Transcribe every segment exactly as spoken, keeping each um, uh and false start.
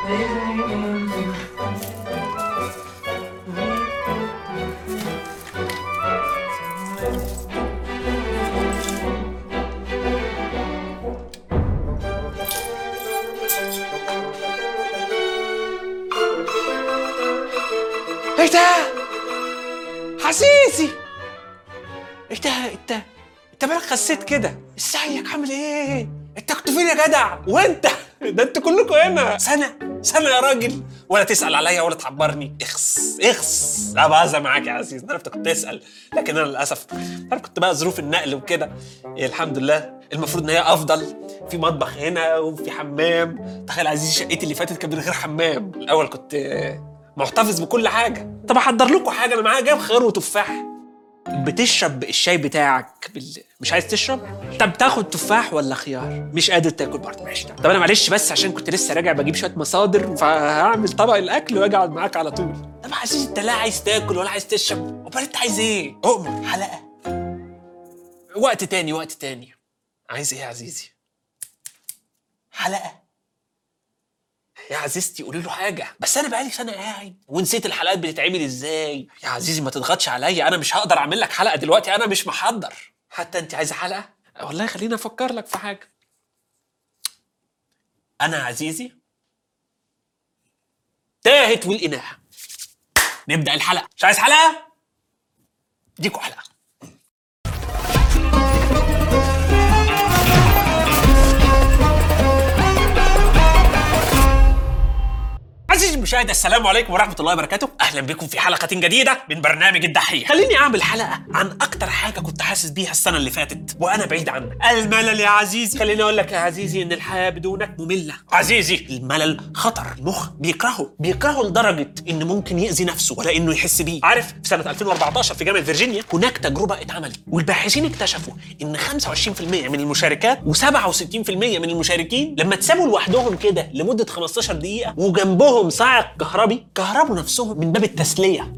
ايه ده؟ عزيزي، ايه ده؟ انت انت مالك خسيت كده؟ ازيك عامل ايه؟ انت كنت فين يا جدع؟ وانت ده انتوا كلكم هنا سنه سنه يا راجل، ولا تسال عليا ولا تعبرني. اخس اخس. لا بهزر معاك يا عزيز، انا عرفت كنت تسال، لكن انا للاسف انا كنت بقى ظروف النقل وكده. إيه الحمد لله، المفروض ان هي افضل، في مطبخ هنا وفي حمام. تخيل عزيزي شقتي اللي فاتت كانت من غير حمام. الاول كنت محتفظ بكل حاجه. طب احضر لكم حاجه، انا معايا جايب خيار وتفاح. بتشرب الشاي بتاعك بال... مش عايز تشرب؟ طب تاخد تفاح ولا خيار؟ مش قادر تاكل برضه، ماشي. طب انا معلش بس عشان كنت لسه راجع بجيب شويه مصادر، فهعمل طبق الاكل واجي اقعد معاك على طول. طب عزيزي انت لا عايز تاكل ولا عايز تشرب، امال انت عايز ايه؟ اؤمر. حلقه وقت تاني، وقت تاني. عايز ايه يا عزيزي؟ حلقه يا عزيزتي، قولي له حاجه. بس انا بقالي سنه قاعد ونسيت الحلقات بتتعمل ازاي. يا عزيزي ما تضغطش عليا، انا مش هقدر اعمل لك حلقه دلوقتي، انا مش محضر. حتى انت عايزه حلقه؟ والله خليني افكر لك في حاجه. انا عزيزي تاهت ولقيناها. نبدا الحلقه. مش عايز حلقه؟ ديكوا حلقه. عزيزي المشاهد، السلام عليكم ورحمة الله وبركاته. أهلا بكم في حلقة جديدة من برنامج الدحيح. خليني أعمل حلقة عن أكتر حاجة كنت حاسس بيها السنة اللي فاتت وأنا بعيد عنك. الملل يا عزيزي. خليني أقول لك يا عزيزي إن الحياة بدونك مملة. عزيزي الملل خطر، المخ بيكرهه بيكرهه لدرجة إنه ممكن يأذي نفسه ولا إنه يحس بيه. عارف في سنة ألفين وأربعتاشر في جامعة فيرجينيا هناك تجربة اتعملت، والباحثين اكتشفوا إن خمسة وعشرين بالمية من المشاركات وسبعة وستين بالمية من المشاركين لما اتسابوا لوحدهم كده لمدة خمستاشر دقيقة وجنبهم صاعق كهربي كهربوا نفسهم من باب التسلية.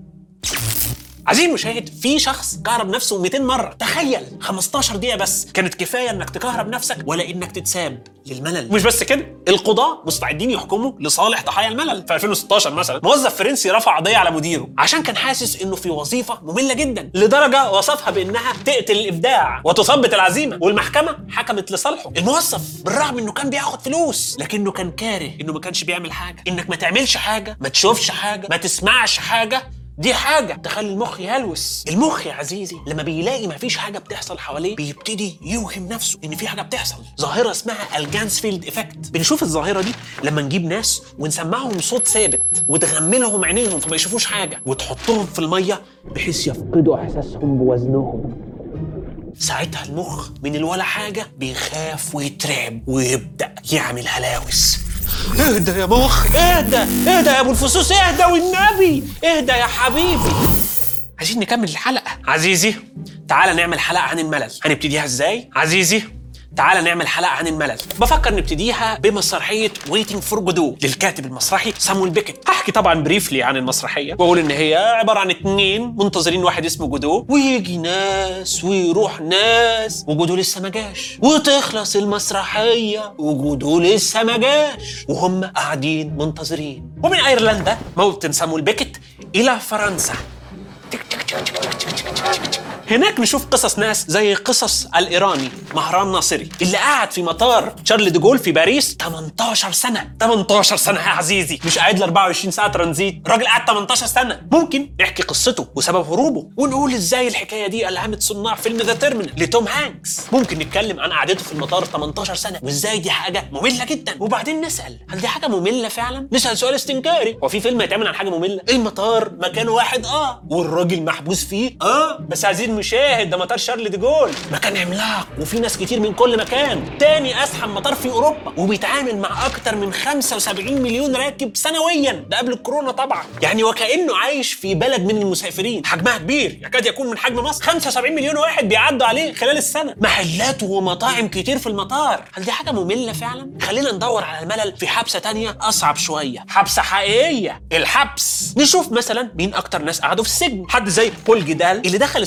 عزيزي المشاهد، في شخص كهرب نفسه مئتين مرة. تخيل خمستاشر دقيقة بس كانت كفاية انك تكهرب نفسك ولا انك تتساب للملل. مش بس كده، القضاة مستعدين يحكموا لصالح ضحايا الملل. في ألفين وستاشر مثلا موظف فرنسي رفع قضية على مديره عشان كان حاسس انه في وظيفة مملة جدا، لدرجة وصفها بانها تقتل الابداع وتثبط العزيمة، والمحكمة حكمت لصالحه. الموظف بالرغم انه كان بياخد فلوس لكنه كان كاره انه ما كانش بيعمل حاجة. انك ما تعملش حاجة، ما تشوفش حاجة، ما تسمعش حاجة، دي حاجة تخلي المخ يهلوس. المخ يا عزيزي لما بيلاقي مفيش حاجة بتحصل حواليه بيبتدي يوهم نفسه ان في حاجة بتحصل. ظاهرة اسمها الجانسفيلد افكت. بنشوف الظاهرة دي لما نجيب ناس ونسمعهم صوت ثابت وتغملهم عينيهم فما يشوفوش حاجة، وتحطهم في المية بحيث يفقدوا احساسهم بوزنهم. ساعتها المخ من الولا حاجة بيخاف ويترعب ويبدأ يعمل هلاوس. اهدى يا مخ، اهدى اهدى يا ابو الفصوص، اهدى والنبي اهدى يا حبيبي. عايزين نكمل الحلقة. عزيزي تعال نعمل حلقة عن الملل. هنبتديها ازاي؟ عزيزي تعال نعمل حلقة عن الملل. بفكر نبتديها بمسرحية ويتنج فور جودو للكاتب المسرحي سامويل بيكيت. هحكي طبعا بريفلي عن المسرحية واقول ان هي عبارة عن اتنين منتظرين واحد اسمه جودو، ويجي ناس ويروح ناس وجودو لسه ما جاش، وتخلص المسرحية وجودو لسه ما جاش، وهم قاعدين منتظرين. ومن ايرلندا موطن سامويل بيكيت الى فرنسا. هناك نشوف قصص ناس زي قصص الإيراني مهران ناصري اللي قاعد في مطار شارل دي جول في باريس تمنتاشر سنة. تمنتاشر سنة يا عزيزي، مش قاعد ل أربعة وعشرين ساعة ترانزيت، راجل قاعد تمنتاشر سنة. ممكن نحكي قصته وسبب هروبه ونقول ازاي الحكاية دي ألهمت صناع فيلم ذا تيرمينال لتوم هانكس. ممكن نتكلم عن قعدته في المطار تمنتاشر سنة وازاي دي حاجة مملة جدا. وبعدين نسأل هل دي حاجة مملة فعلا؟ نسأل سؤال استنكاري، هو في فيلم هيتعمل عن حاجة مملة؟ المطار مكان واحد اه والراجل محبوس فيه اه بس عايزين مشاهد، ده مطار شارل دي جول مكان عملاق وفي ناس كتير من كل مكان، تاني ازحم مطار في اوروبا وبيتعامل مع اكتر من خمسة وسبعين مليون راكب سنويا، ده قبل الكورونا طبعا. يعني وكانه عايش في بلد من المسافرين، حجمها كبير يكاد يكون من حجم مصر، خمسة وسبعين مليون واحد بيعدوا عليه خلال السنه، محلات ومطاعم كتير في المطار. هل دي حاجه ممله فعلا؟ خلينا ندور على الملل في حبسه تانية اصعب شويه، حبسه حقيقيه، الحبس. نشوف مثلا مين اكتر ناس قعدوا في السجن. حد زي بول جدال اللي دخل السجن وهو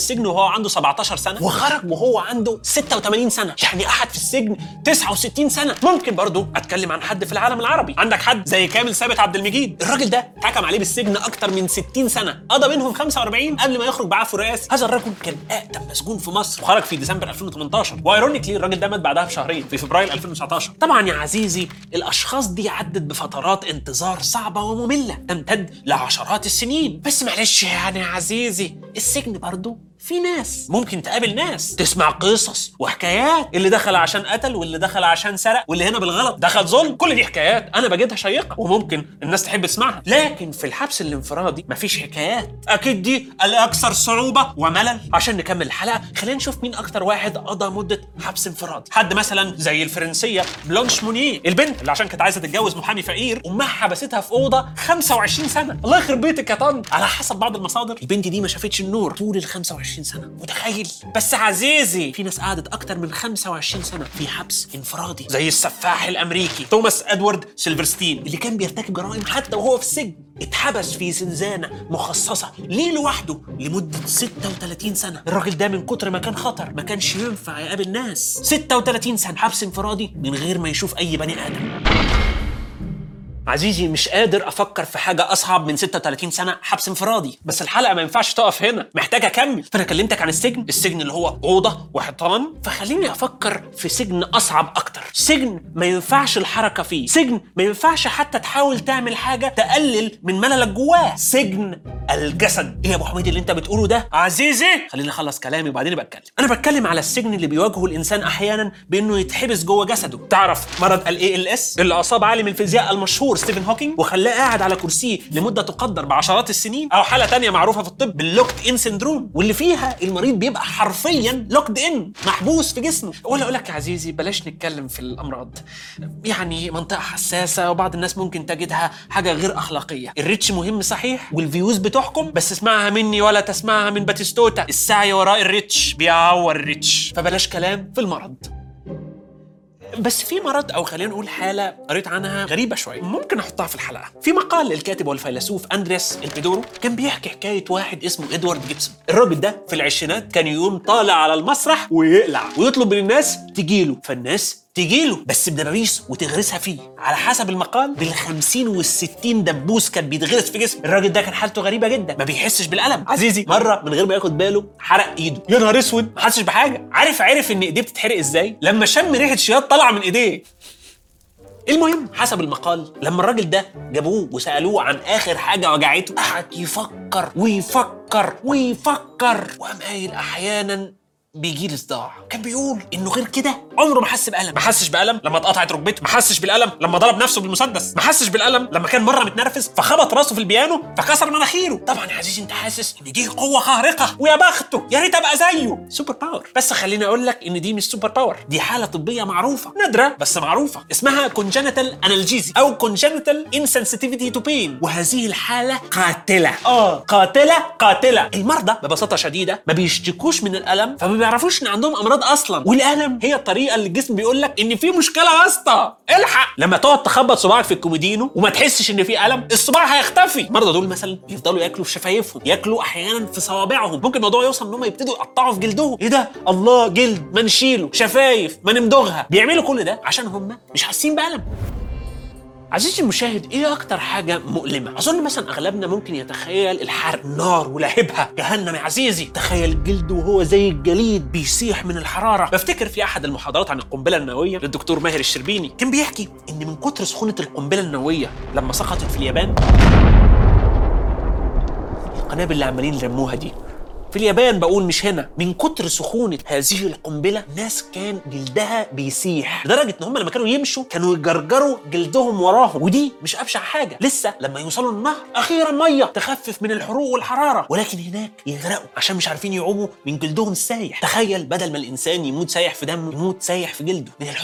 وهو عنده سبعتاشر سنه وخرج وهو عنده ستة وتمانين سنه، يعني قعد في السجن تسعة وستين سنه. ممكن برضو اتكلم عن حد في العالم العربي، عندك حد زي كامل ثابت عبد المجيد، الراجل ده اتحكم عليه بالسجن اكتر من ستين سنه، قضى منهم خمسة وأربعين قبل ما يخرج بعفو رئاسي. هذا الرجل كان اقدم مسجون في مصر وخرج في ديسمبر ألفين وتمنتاشر، وايرونيكلي الراجل ده مات بعدها بشهرين في فبراير ألفين وتسعتاشر. طبعا يا عزيزي الاشخاص دي عدت بفترات انتظار صعبه وممله تمتد لعشرات السنين، بس معلش يعني يا عزيزي السجن برضو في ناس ممكن تقابل ناس تسمع قصص وحكايات، اللي دخل عشان قتل واللي دخل عشان سرق واللي هنا بالغلط دخل ظلم، كل دي حكايات انا بجدها شيقه وممكن الناس تحب تسمعها. لكن في الحبس الانفرادي مفيش حكايات، اكيد دي الاكثر صعوبه وملل. عشان نكمل الحلقه خلينا نشوف مين اكتر واحد قضى مده حبس انفرادي. حد مثلا زي الفرنسيه بلانش مونيه، البنت اللي عشان كانت عايزه تتجوز محامي فقير امها حبستها في اوضه خمسة وعشرين سنه. الله يخرب بيتك يا طن. على حسب بعض المصادر البنت دي ما شافتش النور طول ال خمسة وعشرين سنه، متخيل؟ بس عزيزي في ناس قعدت اكتر من خمسة وعشرين سنه في حبس انفرادي، زي السفاح الامريكي توماس ادوارد سيلفرستين اللي كان بيرتكب جرائم حتى وهو في السجن، اتحبس في زنزانه مخصصه ليه لوحده لمده ستة وتلاتين سنه. الراجل ده من كتر ما كان خطر ما كانش ينفع يقابل ناس. ستة وتلاتين سنه حبس انفرادي من غير ما يشوف اي بني ادم. عزيزي مش قادر افكر في حاجه اصعب من ستة وتلاتين سنه حبس انفرادي، بس الحلقه ما ينفعش تقف هنا، محتاج اكمل. فانا كلمتك عن السجن، السجن اللي هو اوضه وحيطان، فخليني افكر في سجن اصعب اكتر، سجن ما ينفعش الحركه فيه، سجن ما ينفعش حتى تحاول تعمل حاجه تقلل من مللك جواه، سجن الجسد. ايه يا ابو حميد اللي انت بتقوله ده عزيزي؟ خليني اخلص كلامي وبعدين بتكلم. انا بتكلم على السجن اللي بيواجهه الانسان احيانا بانه يتحبس جوه جسده. تعرف مرض الاي ال اس اللي اصاب عالم الفيزياء المشهور ستيفن هوكينج وخلاه قاعد على كرسيه لمده تقدر بعشرات السنين، او حاله تانية معروفه في الطب باللوكد ان سندروم، واللي فيها المريض بيبقى حرفيا لوكد ان، محبوس في جسمه. ولا اقول لك يا عزيزي بلاش نتكلم في الامراض، يعني منطقه حساسه وبعض الناس ممكن تجدها حاجه غير اخلاقيه. الريتش مهم صحيح والفيوز بتحكم، بس اسمعها مني ولا تسمعها من باتيستوتا، السعي وراء الريتش بيعور الريتش، فبلاش كلام في المرض. بس في مرض او خلينا نقول حاله قريت عنها غريبه شويه، ممكن احطها في الحلقه. في مقال للكاتب والفيلسوف اندرياس البيدورو كان بيحكي حكايه واحد اسمه ادوارد جيبسون. الراجل ده في العشرينات كان يقوم طالع على المسرح ويقلع ويطلب من الناس تجيله، فالناس تجيله بس بدبابيس وتغرسها فيه، على حسب المقال بالخمسين والستين دبوس كان بيتغرس في جسمه. الراجل ده كان حالته غريبه جدا، ما بيحسش بالالم. عزيزي مره من غير ما ياخد باله حرق ايده، يا نهار اسود ما حسش بحاجه. عارف عرف ان ايديه بتتحرق ازاي؟ لما شم ريحه شياط طالعه من ايديه. المهم حسب المقال لما الراجل ده جابوه وسالوه عن اخر حاجه وجعته، قعد يفكر ويفكر ويفكر وقام قايل احيانا بيجي لي صداع. كان بيقول انه غير كده عمره ما حس بالم، ما حسش بالم لما اتقطعت ركبته، ما حسش بالالم لما ضرب نفسه بالمسدس، ما حسش بالالم لما كان مره متنرفز فخبط راسه في البيانو فكسر مناخيره. طبعا يا عزيزي انت حاسس ان دي قوه خارقه ويا بخته يا ريت ابقى زيه، سوبر باور. بس خليني اقول لك ان دي مش سوبر باور، دي حاله طبيه معروفه نادره بس معروفه، اسمها كونجنتال انالجيزي او كونجنتال انسنسيتيفيتي تو بين، وهذه الحاله قاتله. اه قاتله قاتله. المرضى ببساطه شديده ما بيشتكوش من الالم، فما بيعرفوش ان عندهم امراض اصلا، والالم هي الطريقه اللي الجسم بيقول لك ان في مشكله يا اسطى الحق. لما تقعد تخبط صباعك في الكومودينو وما تحسش ان في الم، الصباع هيختفي. المرضى دول مثلا يفضلوا ياكلوا في شفايفهم، ياكلوا احيانا في صوابعهم، ممكن الموضوع يوصل ان هم يبتدوا يقطعوا في جلدهم. ايه ده؟ الله، جلد ما نشيله، شفايف ما نمضغها. بيعملوا كل ده عشان هم مش حاسين بالم. عزيزي المشاهد ايه اكتر حاجه مؤلمه؟ اظن مثلا اغلبنا ممكن يتخيل الحرق، نار ولهبها، جهنم يا عزيزي. تخيل الجلد وهو زي الجليد بيسيح من الحراره. بفتكر في احد المحاضرات عن القنبله النوويه للدكتور ماهر الشربيني كان بيحكي ان من كتر سخونه القنبله النوويه لما سقطت في اليابان، القنابل اللي عمالين يرموها دي في اليابان، بقول مش هنا، من كتر سخونة هذه القنبلة ناس كان جلدها بيسيح لدرجة ان هم لما كانوا يمشوا كانوا يجرجروا جلدهم وراهم. ودي مش أبشع حاجة، لسه لما يوصلوا النهر أخيرا مية تخفف من الحروق والحرارة، ولكن هناك يغرقوا عشان مش عارفين يعوموا من جلدهم السايح. تخيل بدل ما الإنسان يموت سايح في دمه يموت سايح في جلده من الحروق.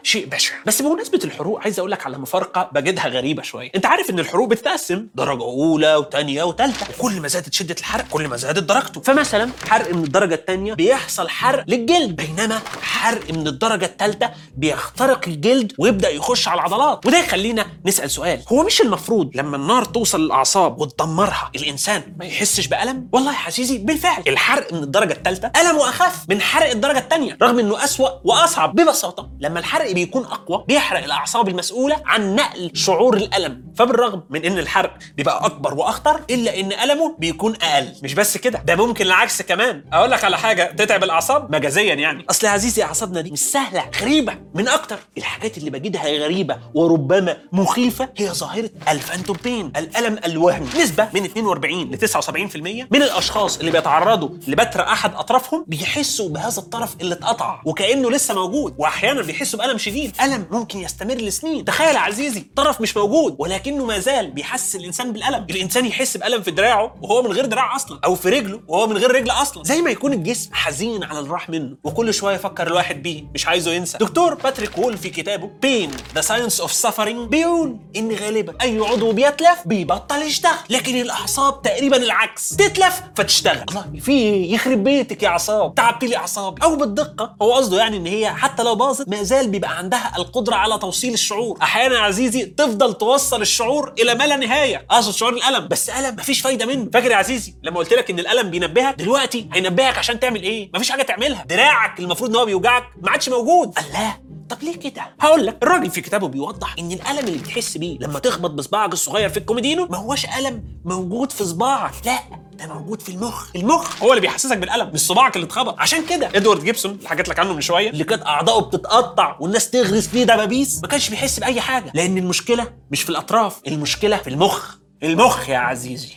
شيء بشع. بس بمناسبه الحروق عايز اقول لك على مفارقه بجدها غريبه شويه. انت عارف ان الحروق بتتقسم درجه اولى وثانيه وثالثه، وكل ما زادت شده الحرق كل ما زادت درجته. فمثلا حرق من الدرجه الثانيه بيحصل حرق للجلد، بينما حرق من الدرجه الثالثه بيخترق الجلد ويبدا يخش على العضلات. وده يخلينا نسال سؤال، هو مش المفروض لما النار توصل للاعصاب وتدمرها الانسان ما يحسش بالم؟ والله يا عزيزي بالفعل الحرق من الدرجه الثالثه المه اخف من حرق الدرجه الثانيه، رغم انه اسوأ واصعب. ببساطه لما الحرق بيكون اقوى بيحرق الاعصاب المسؤوله عن نقل شعور الالم، فبالرغم من ان الحرق بيبقى اكبر واخطر الا ان المه بيكون اقل. مش بس كده، ده ممكن العكس كمان. اقول لك على حاجه تتعب الاعصاب مجازيا يعني. اصل يا عزيزي اعصابنا دي مش سهله، غريبه. من اكتر الحاجات اللي بجدها غريبه وربما مخيفه هي ظاهره الفانتوم بين، الالم الوهمي. نسبه من اثنين وأربعين ل تسعة وسبعين بالمية من الاشخاص اللي بيتعرضوا لبتر احد اطرافهم بيحسوا بهذا الطرف اللي اتقطع وكانه لسه موجود، واحيانا بيحسوا بالم شديد، الم ممكن يستمر لسنين. تخيل يا عزيزي طرف مش موجود ولكنه ما زال بيحس الانسان بالالم. الانسان يحس بالم في دراعه وهو من غير دراع اصلا، او في رجله وهو من غير رجل اصلا، زي ما يكون الجسم حزين على اللي راح منه وكل شويه يفكر الواحد بيه، مش عايزه ينسى. دكتور باتريك وول في كتابه Pain The Science of Suffering بيقول ان غالبا اي عضو بيتلف بيبطل يشتغل، لكن الاعصاب تقريبا العكس، تتلف فتشتغل. الله، في يخرب بيتك يا اعصاب، تعبت لي اعصابي. او بالدقه هو قصده يعني ان هي حتى لو باظت ما زال بيبقى عندها القدره على توصيل الشعور. احيانا يا عزيزي تفضل توصل الشعور الى ما لا نهايه، اقصد شعور الالم، بس الم مفيش فايده منه. فاكر يا عزيزي لما قلت لك ان الالم بينبهك؟ دلوقتي هينبهك عشان تعمل ايه؟ مفيش حاجه تعملها. دراعك المفروض ان هو بيوجعك ما عادش موجود. الله، طب ليه كده؟ هقول لك. الراجل في كتابه بيوضح ان الالم اللي بتحس بيه لما تخبط بصباعك الصغير في الكوميدينو ما هوش الم موجود في صباعك، لا ده موجود في المخ. المخ هو اللي بيحسسك بالالم مش صباعك اللي اتخبط. عشان كده ادوارد جيبسون اللي حكيت لك عنه من شويه، اللي كانت اعضائه بتتقطع والناس تغرس فيه دبابيس، ما كانش بيحس باي حاجه، لان المشكله مش في الاطراف، المشكله في المخ. المخ يا عزيزي.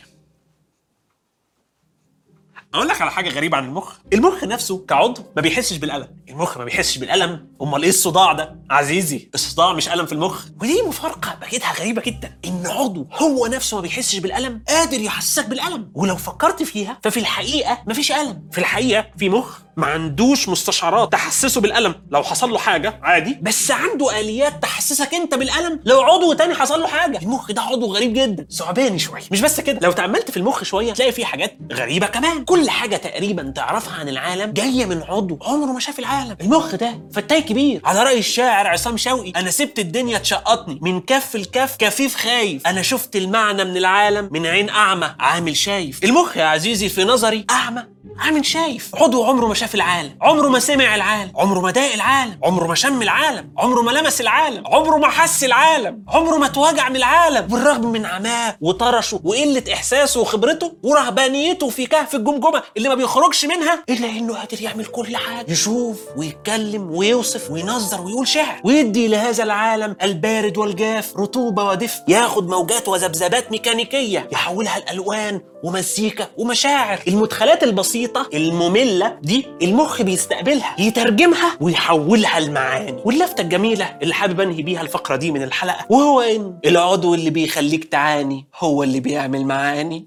اقول لك على حاجه غريبه عن المخ، المخ نفسه كعضو ما بيحسش بالالم. المخ ما بيحسش بالالم، امال ايه الصداع ده؟ عزيزي الصداع مش الم في المخ. ودي مفارقه بجدها غريبه جدا، ان عضو هو نفسه ما بيحسش بالالم قادر يحسسك بالالم. ولو فكرت فيها ففي الحقيقه مفيش الم، في الحقيقه في مخ ما عندوش مستشعرات تحسسه بالالم لو حصل له حاجه عادي، بس عنده اليات تحسسك انت بالالم لو عضو تاني حصل له حاجه. المخ ده عضو غريب جدا، ثعباني شويه. مش بس كده، لو تاملت في المخ شويه تلاقي فيه حاجات غريبه كمان. كل حاجه تقريبا تعرفها عن العالم جايه من عضو عمره ما شاف العالم. المخ ده فتاي كبير. على راي الشاعر عصام شوقي، انا سبت الدنيا تشقطني من كف لكف كفيف خايف، انا شفت المعنى من العالم من عين اعمى عامل شايف. المخ يا عزيزي في نظري اعمى عامل شايف، عضو عمره ما شاف العالم، عمره ما سمع العالم، عمره ما داق العالم، عمره ما شم العالم، عمره ما لمس العالم، عمره ما حس العالم، عمره ما اتوجع من العالم. بالرغم من عماه وطرشه وقله احساسه وخبرته ورهبانيته في كهف الجمجمه اللي ما بيخرجش منها، الا انه قادر يعمل كل حاجه، يشوف ويتكلم ويوصف وينظر ويقول شعر، ويدي لهذا العالم البارد والجاف رطوبه ودفء، ياخد موجات وذبذبات ميكانيكيه يحولها لالوان ومزيكا ومشاعر. المدخلات البسيطه الممله دي المخ بيستقبلها، يترجمها ويحولها لمعاني. واللفته الجميله اللي حابب انهي بيها الفقره دي من الحلقه، وهو ان العضو اللي بيخليك تعاني هو اللي بيعمل معاني.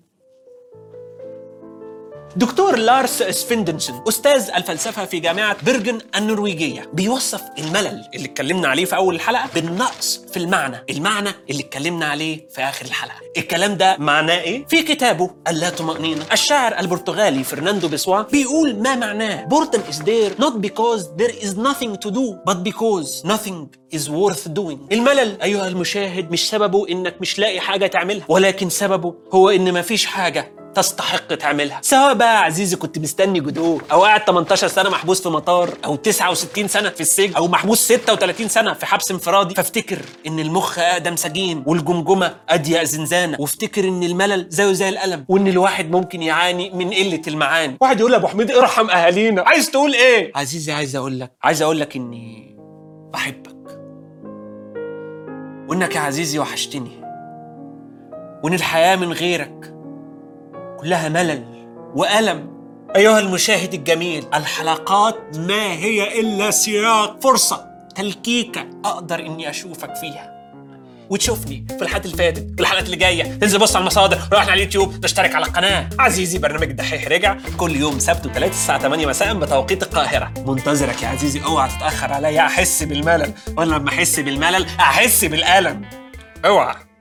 دكتور لارس سفيندنسون أستاذ الفلسفة في جامعة بيرجن النرويجية بيوصف الملل اللي اتكلمنا عليه في أول الحلقة بالنقص في المعنى، المعنى اللي اتكلمنا عليه في آخر الحلقة. الكلام ده معناه إيه؟ في كتابه اللا طمأنينة الشاعر البرتغالي فرناندو بيسوا بيقول ما معناه boredom is there not because there is nothing to do but because nothing is worth doing. الملل أيها المشاهد مش سببه إنك مش لاقي حاجة تعملها، ولكن سببه هو إن مفيش حاجة تستحق تعملها. سواء بقى يا عزيزي كنت مستني جدو، او قاعد تمنتاشر سنه محبوس في مطار، او تسعة وستين سنه في السجن، او محبوس ستة وتلاتين سنه في حبس انفرادي، فافتكر ان المخ اقدم سجين والجمجمه اضيق زنزانه، وافتكر ان الملل زيه زي الالم، وان الواحد ممكن يعاني من قله المعاني. واحد يقول ابو حميد ارحم اهالينا، عايز تقول ايه؟ عزيزي عايز اقول لك عايز اقول لك اني بحبك، وانك يا عزيزي وحشتني، وان الحياه من غيرك كلها ملل وألم. أيها المشاهد الجميل، الحلقات ما هي إلا سياق، فرصة، تلكيكة أقدر إني أشوفك فيها وتشوفني في الحلقات اللي فاتت والحلقات اللي جايه. تنزل بص على المصادر، روح على اليوتيوب، تشترك على القناه. عزيزي برنامج الدحيح رجع كل يوم سبت وثلاث الساعه ثمانية مساء بتوقيت القاهره. منتظرك يا عزيزي، اوعى تتاخر عليا، احس بالملل، وانا لما احس بالملل احس بالالم. اوعى.